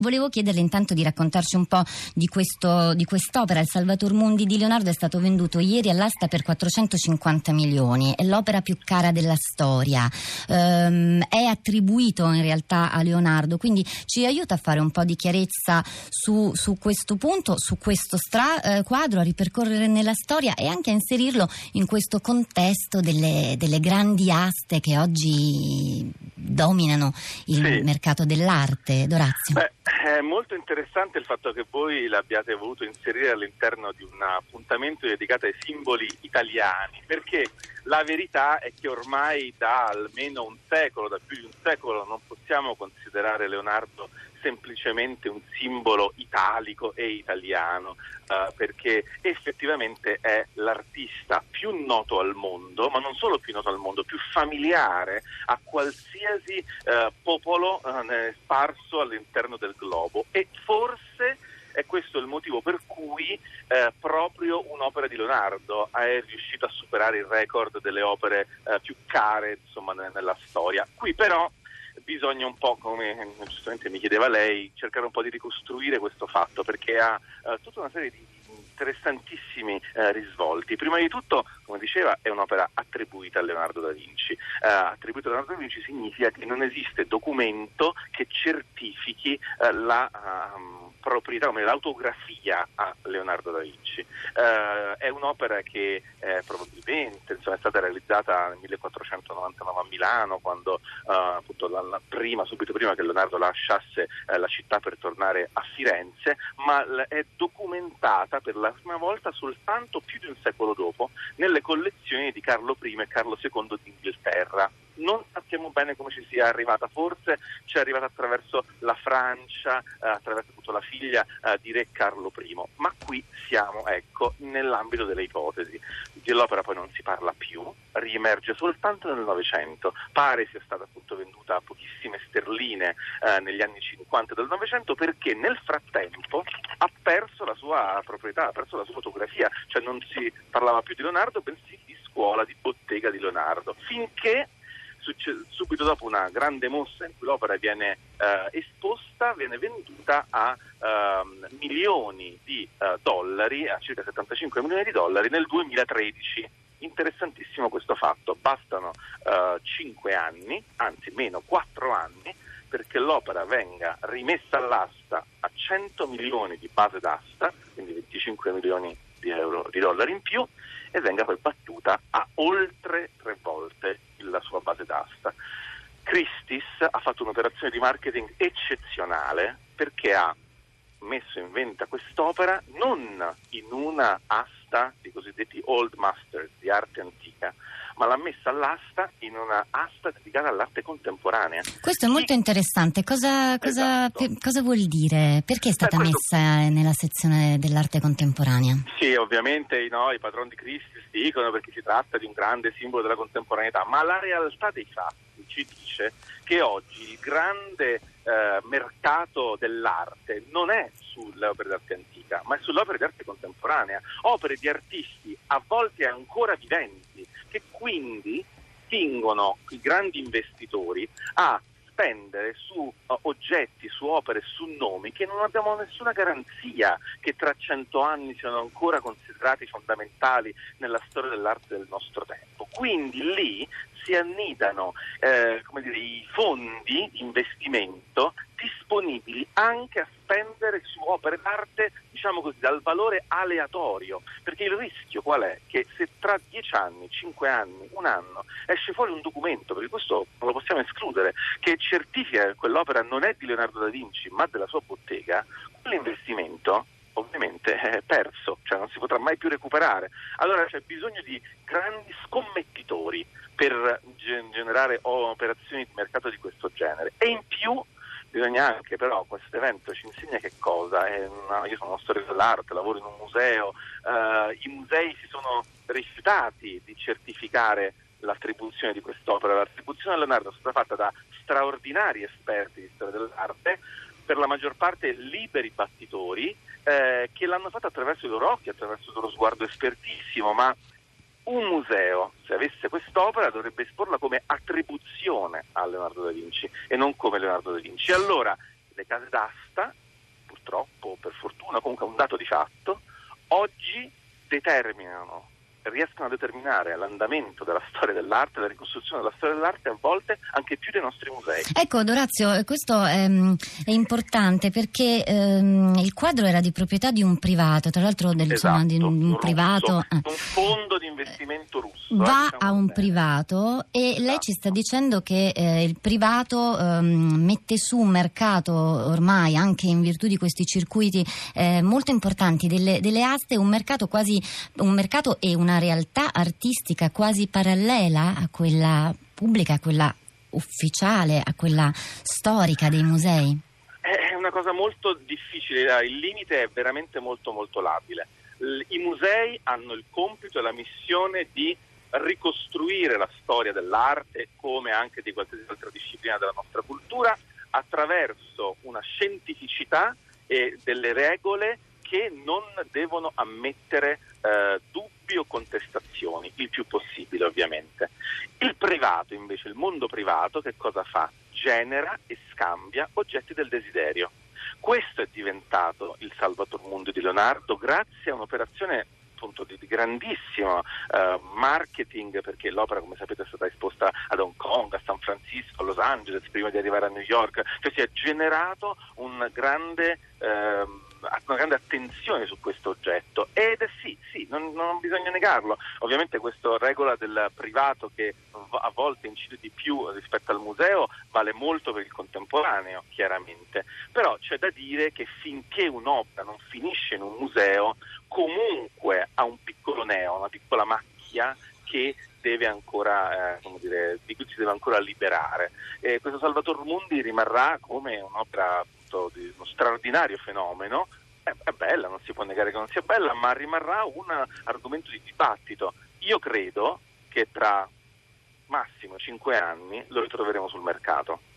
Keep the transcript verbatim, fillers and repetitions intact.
Volevo chiederle intanto di raccontarci un po' di, questo, di quest'opera. Il Salvator Mundi di Leonardo è stato venduto ieri all'asta per quattrocentocinquanta milioni, è l'opera più cara della storia, ehm, è attribuito in realtà a Leonardo, quindi ci aiuta a fare un po' di chiarezza su, su questo punto, su questo stra, eh, quadro, a ripercorrere nella storia e anche a inserirlo in questo contesto delle, delle grandi aste che oggi dominano il sì. mercato dell'arte. Dorazio. Beh, è molto interessante il fatto che voi l'abbiate voluto inserire all'interno di un appuntamento dedicato ai simboli italiani, perché la verità è che ormai da almeno un secolo, da più di un secolo, non possiamo considerare Leonardo semplicemente un simbolo italico e italiano, uh, perché effettivamente è l'artista più noto al mondo, ma non solo più noto al mondo, più familiare a qualsiasi uh, popolo uh, sparso all'interno del globo, e forse è questo il motivo per cui eh, proprio un'opera di Leonardo è riuscito a superare il record delle opere eh, più care, insomma, ne- nella storia. Qui però bisogna un po', come giustamente mi chiedeva lei, cercare un po' di ricostruire questo fatto, perché ha eh, tutta una serie di interessantissimi eh, risvolti. Prima di tutto, come diceva, è un'opera attribuita a Leonardo da Vinci. Eh, attribuita a Leonardo da Vinci significa che non esiste documento che certifichi eh, la um, proprietà, come l'autografia a Leonardo da Vinci. Eh, è un'opera che eh, probabilmente insomma, è stata realizzata nel millequattrocentonovantanove a Milano, quando eh, appunto la, la prima, subito prima che Leonardo lasciasse eh, la città per tornare a Firenze, ma l- è documentata per la prima volta soltanto più di un secolo dopo nelle collezioni di Carlo primo e Carlo secondo d'Inghilterra. Non sappiamo bene come ci sia arrivata, forse ci è arrivata attraverso la Francia, eh, attraverso appunto la figlia eh, di re Carlo primo, ma qui siamo, ecco, nell'ambito delle ipotesi. Dell'opera poi non si parla più, riemerge soltanto nel Novecento, pare sia stata appunto venduta a pochissime sterline eh, negli anni cinquanta del Novecento, perché nel frattempo ha perso la sua proprietà, ha perso la sua fotografia, cioè non si parlava più di Leonardo, bensì di scuola, di bottega di Leonardo, finché subito dopo una grande mossa in cui l'opera viene eh, esposta, viene venduta a eh, milioni di eh, dollari, a circa settantacinque milioni di dollari nel duemilatredici. Interessantissimo questo fatto, bastano eh, cinque anni, anzi meno quattro anni, perché l'opera venga rimessa all'asta a cento milioni di base d'asta, quindi venticinque milioni di euro di dollari in più, e venga poi battuta a oltre tre volte la sua base d'asta. Christie's ha fatto un'operazione di marketing eccezionale, perché ha messo in vendita quest'opera non in una asta di cosiddetti old masters, di arte antica, ma l'ha messa all'asta in una asta dedicata all'arte contemporanea. Questo è molto interessante. Cosa, cosa, Esatto. per, cosa vuol dire? Perché è stata Beh, questo... messa nella sezione dell'arte contemporanea? Sì, ovviamente no, i padroni di Christie's dicono perché si tratta di un grande simbolo della contemporaneità, ma la realtà dei fatti ci dice che oggi il grande eh, mercato dell'arte non è sulle opere d'arte antica, ma è sulle opere di arte contemporanea, opere di artisti a volte ancora viventi, che quindi spingono i grandi investitori a spendere su uh, oggetti, su opere, su nomi che non abbiamo nessuna garanzia che tra cento anni siano ancora considerati fondamentali nella storia dell'arte del nostro tempo. Quindi lì si annidano eh, come dire, i fondi di investimento disponibili anche a spendere su opere d'arte, diciamo così, dal valore aleatorio, perché il rischio qual è? Che se tra dieci anni, cinque anni, un anno esce fuori un documento, perché questo non lo possiamo escludere, che certifica che quell'opera non è di Leonardo da Vinci ma della sua bottega, quell'investimento ovviamente è perso, cioè non si potrà mai più recuperare. Allora c'è bisogno di grandi scommettitori per gen- generare operazioni di mercato di questo genere, e in più bisogna anche, però questo evento ci insegna che cosa? È una, io sono uno storico dell'arte, lavoro in un museo, eh, i musei si sono rifiutati di certificare l'attribuzione di quest'opera. L'attribuzione a Leonardo è stata fatta da straordinari esperti di storia dell'arte, per la maggior parte liberi battitori, eh, che l'hanno fatto attraverso i loro occhi, attraverso il loro sguardo espertissimo, ma un museo, se avesse quest'opera, dovrebbe esporla come attribuzione a Leonardo da Vinci e non come Leonardo da Vinci. Allora le case d'asta, purtroppo, per fortuna, comunque è un dato di fatto, oggi determinano, riescono a determinare l'andamento della storia dell'arte, la ricostruzione della storia dell'arte, a volte anche più dei nostri musei. Ecco, Dorazio, questo è, è importante perché ehm, il quadro era di proprietà di un privato, tra l'altro del, esatto, insomma, di un, un privato. Un fondo di investimento russo. Va eh, diciamo a un bene. privato e Esatto. Lei ci sta dicendo che eh, il privato ehm, mette su un mercato ormai, anche in virtù di questi circuiti eh, molto importanti delle, delle aste, un mercato quasi, un mercato e una realtà artistica quasi parallela a quella pubblica, a quella ufficiale, a quella storica dei musei. È una cosa molto difficile, il limite è veramente molto molto labile. I musei hanno il compito e la missione di ricostruire la storia dell'arte, come anche di qualsiasi altra disciplina della nostra cultura, attraverso una scientificità e delle regole che non devono ammettere eh, dubbi o contestazioni, il più possibile ovviamente. Il privato invece, il mondo privato, che cosa fa? Genera e scambia oggetti del desiderio. Questo è diventato il Salvator Mundi di Leonardo grazie a un'operazione appunto di, di grandissimo uh, marketing, perché l'opera, come sapete, è stata esposta ad Hong Kong, a San Francisco, a Los Angeles prima di arrivare a New York, cioè si è generato un grande uh, una grande attenzione su questo oggetto ed è sì, sì, non, non bisogna negarlo. Ovviamente questa regola del privato che a volte incide di più rispetto al museo vale molto per il contemporaneo, chiaramente, però c'è da dire che finché un'opera non finisce in un museo comunque ha un piccolo neo, una piccola macchia che deve ancora, eh, come dire, di cui si deve ancora liberare. E questo Salvator Mundi rimarrà come un'opera appunto di uno straordinario fenomeno. È, è bella, non si può negare che non sia bella, ma rimarrà un argomento di dibattito. Io credo che tra massimo cinque anni lo ritroveremo sul mercato.